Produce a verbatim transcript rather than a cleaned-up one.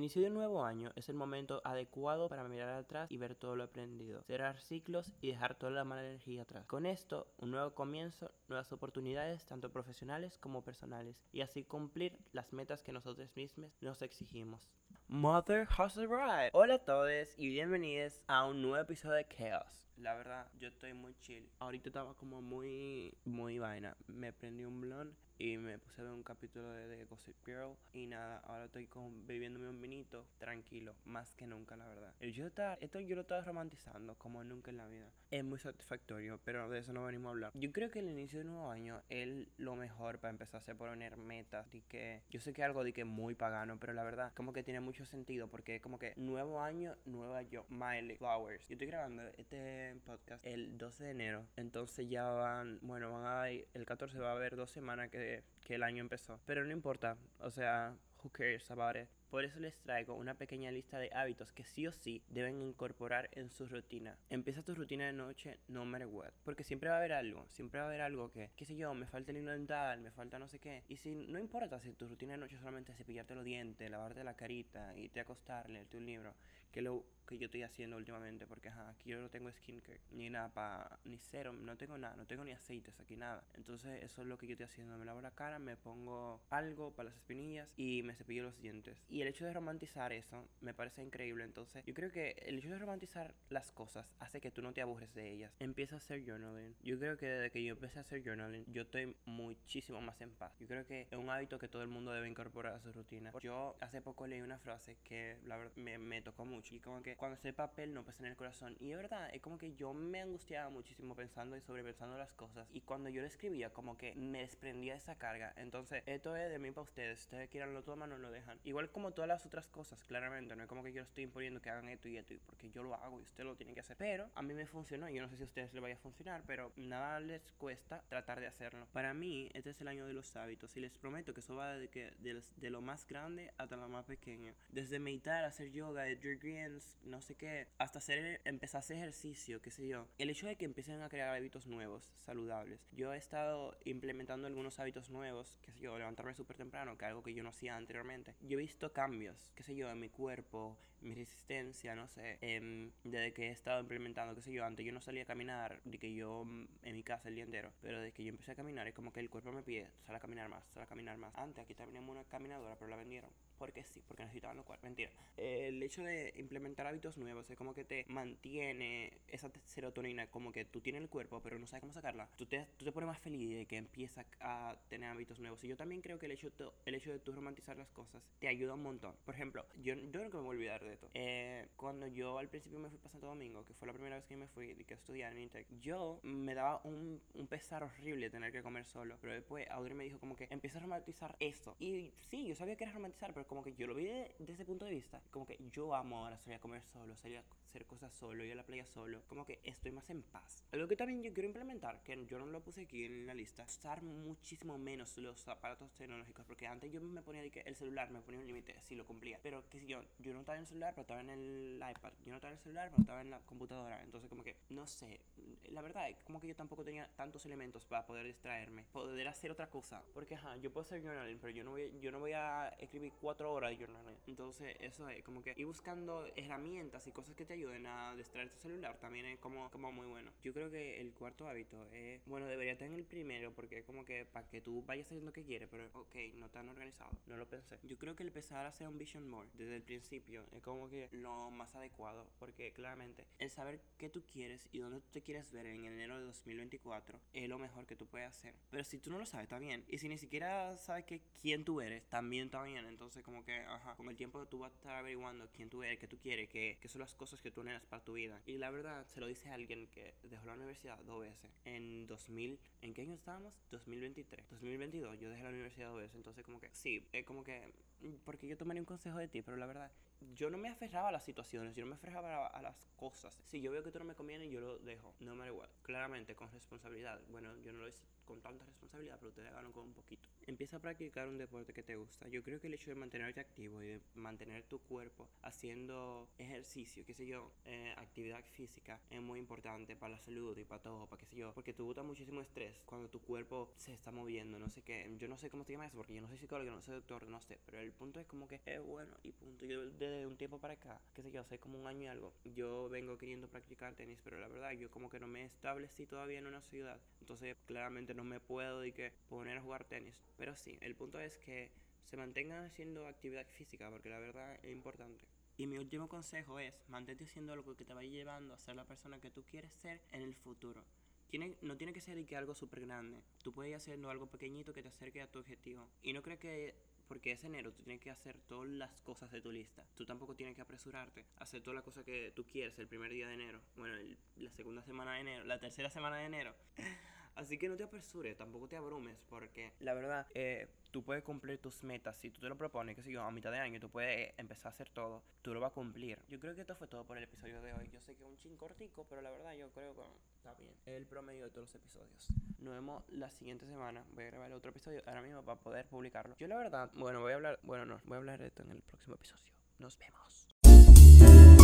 inicio de un nuevo año es el momento adecuado para mirar atrás y ver todo lo aprendido, cerrar ciclos y dejar toda la mala energía atrás. Con esto, un nuevo comienzo, nuevas oportunidades, tanto profesionales como personales, y así cumplir las metas que nosotros mismos nos exigimos. Mother has arrived. Hola a todos y bienvenidos a un nuevo episodio de Chaos. La verdad, yo estoy muy chill. Ahorita estaba como muy, muy vaina. Me prendí un blunt y me puse a ver un capítulo de, de Gossip Girl. Y nada, ahora estoy con, bebiéndome un vinito, tranquilo, más que nunca, la verdad. El yo estar, esto yo lo estaba romantizando como nunca en la vida. Es muy satisfactorio, pero de eso no venimos a hablar. Yo creo que el inicio del nuevo año es lo mejor para empezar a poner metas. Y que yo sé que es algo de que muy pagano, pero la verdad, como que tiene mucho sentido porque es como que nuevo año, nueva yo. Miley Flowers. Yo estoy grabando este podcast el doce de enero, entonces ya van, bueno, van a, el catorce va a haber dos semanas que, que el año empezó, pero no importa, o sea, who cares about it. Por eso les traigo una pequeña lista de hábitos que sí o sí deben incorporar en su rutina. Empieza tu rutina de noche no matter what, porque siempre va a haber algo, siempre va a haber algo que, qué sé yo, me falta el hilo dental, me falta no sé qué. Y si no importa si tu rutina de noche solamente es cepillarte los dientes, lavarte la carita, irte a acostar, leerte un libro, que lo que yo estoy haciendo últimamente, porque ajá, aquí yo no tengo skincare, ni nada para, ni serum, no tengo nada, no tengo ni aceites aquí, nada. Entonces eso es lo que yo estoy haciendo, me lavo la cara, me pongo algo para las espinillas y me cepillo los dientes. Y el hecho de romantizar eso me parece increíble. Entonces yo creo que el hecho de romantizar las cosas hace que tú no te aburres de ellas. Empieza a hacer journaling. Yo creo que desde que yo empecé a hacer journaling, yo estoy muchísimo más en paz. Yo creo que es un hábito que todo el mundo debe incorporar a su rutina. Yo hace poco leí una frase que la verdad me, me tocó mucho, y como que cuando esté papel no pesa en el corazón. Y es verdad, es como que yo me angustiaba muchísimo pensando y sobrepensando las cosas, y cuando yo lo escribía como que me desprendía esa carga. Entonces esto es de mí para ustedes. Ustedes quieran lo toman o lo dejan, igual como todas las otras cosas, claramente. No es como que yo estoy imponiendo que hagan esto y esto, porque yo lo hago y ustedes lo tienen que hacer, pero a mí me funcionó. Yo no sé si a ustedes les vaya a funcionar, pero nada les cuesta tratar de hacerlo. Para mí este es el año de los hábitos, y les prometo que eso va de, que, de, los, de lo más grande hasta lo más pequeño, desde meditar, hacer yoga, Drew Greens, no sé qué, hasta hacer, empezar a hacer ejercicio, qué sé yo. El hecho de que empiecen a crear hábitos nuevos, saludables. Yo he estado implementando algunos hábitos nuevos, qué sé yo, levantarme súper temprano, que es algo que yo no hacía anteriormente. Yo he visto cambios, qué sé yo, en mi cuerpo, mi resistencia, no sé, eh, desde que he estado implementando, qué sé yo, antes yo no salía a caminar, de que yo en mi casa el día entero, pero desde que yo empecé a caminar es como que el cuerpo me pide, sal a caminar más, sal a caminar más. Antes aquí teníamos una caminadora, pero la vendieron, porque sí, porque necesitaban lo cual, mentira. El hecho de implementar hábitos nuevos es como que te mantiene esa serotonina, como que tú tienes el cuerpo, pero no sabes cómo sacarla. Tú te, tú te pones más feliz de que empiezas a tener hábitos nuevos. Y yo también creo que el hecho, el hecho de tú romantizar las cosas te ayuda un montón. Por ejemplo, yo, yo nunca me voy a olvidar de esto. Eh, cuando yo al principio me fui para Santo Domingo, que fue la primera vez que me fui de que estudiar en Intec, yo me daba un, un pesar horrible tener que comer solo. Pero después Audrey me dijo como que empieza a romantizar esto. Y sí, yo sabía que era romantizar, pero como que yo lo vi de, desde ese punto de vista. Como que yo amo ahora salir a comer solo, salir a hacer cosas solo, ir a la playa solo. Como que estoy más en paz. Algo que también yo quiero implementar, que yo no lo puse aquí en la lista, usar muchísimo menos los aparatos tecnológicos. Porque antes yo me ponía de que el celular me ponía un límite, sí lo cumplía. Pero que si yo, yo no estaba en el celular, pero estaba en el iPad. Yo no estaba en el celular, pero estaba en la computadora. Entonces como que, no sé, la verdad es como que yo tampoco tenía tantos elementos para poder distraerme, poder hacer otra cosa. Porque ajá, yo puedo hacer journaling, pero yo no voy, yo no voy a escribir cuatro horas de journaling. Entonces eso es como que ir buscando herramientas y cosas que te ayuden a distraer tu celular también es como, como muy bueno. Yo creo que el cuarto hábito es, bueno, debería estar en el primero, porque es como que para que tú vayas haciendo lo que quieres, pero ok, no tan organizado, no lo pensé. Yo creo que empezar a hacer un vision board desde el principio es como que lo más adecuado, porque claramente el saber qué tú quieres y dónde tú te quieres ver en enero de dos mil veinticuatro es lo mejor que tú puedes hacer. Pero si tú no lo sabes, está bien. Y si ni siquiera sabes que quién tú eres, también está bien. Entonces como que, ajá, con el tiempo tú vas a estar averiguando quién tú eres, qué tú quieres, qué, qué son las cosas que tú anhelas para tu vida. Y la verdad, se lo dice a alguien que dejó la universidad dos veces. En dos mil, ¿en qué año estábamos? dos mil veintitrés. dos mil veintidós, yo dejé la universidad dos veces. Entonces como que, sí, es como que, porque yo tomaría un consejo de ti, pero la verdad, yo no me aferraba a las situaciones, yo no me aferraba a, a las cosas. Si yo veo que tú no me conviene, yo lo dejo, no me da igual. Claramente, con responsabilidad. Bueno, yo no lo hice con tanta responsabilidad, pero ustedes hagan con un poquito. Empieza a practicar un deporte que te gusta. Yo creo que el hecho de mantenerte activo y de mantener tu cuerpo haciendo ejercicio, qué sé yo, eh, actividad física, es muy importante para la salud y para todo, para qué sé yo, porque tú botas muchísimo estrés cuando tu cuerpo se está moviendo, no sé qué. Yo no sé cómo se llama eso, porque yo no soy psicólogo, no soy doctor, no sé, pero el punto es como que es bueno y punto. Yo desde un tiempo para acá, qué sé yo, hace como un año y algo, yo vengo queriendo practicar tenis, pero la verdad yo como que no me establecí todavía en una ciudad, entonces claramente no me puedo de que poner a jugar tenis. Pero sí, el punto es que se mantengan haciendo actividad física, porque la verdad es importante. Y mi último consejo es, mantente haciendo algo que te vaya llevando a ser la persona que tú quieres ser en el futuro. Tiene, no tiene que ser y que algo súper grande. Tú puedes ir haciendo algo pequeñito que te acerque a tu objetivo. Y no creo que porque es enero tú tienes que hacer todas las cosas de tu lista. Tú tampoco tienes que apresurarte a hacer todas las cosas que tú quieres el primer día de enero. Bueno, el, la segunda semana de enero, la tercera semana de enero. Así que no te apresures, tampoco te abrumes, porque la verdad, eh, tú puedes cumplir tus metas. Si tú te lo propones, que sé yo, a mitad de año, tú puedes empezar a hacer todo, tú lo vas a cumplir. Yo creo que esto fue todo por el episodio de hoy. Yo sé que es un chin cortico, pero la verdad yo creo que está bien. Es el promedio de todos los episodios. Nos vemos la siguiente semana. Voy a grabar otro episodio ahora mismo para poder publicarlo. Yo la verdad, bueno, voy a hablar, bueno, no, voy a hablar de esto en el próximo episodio. Nos vemos.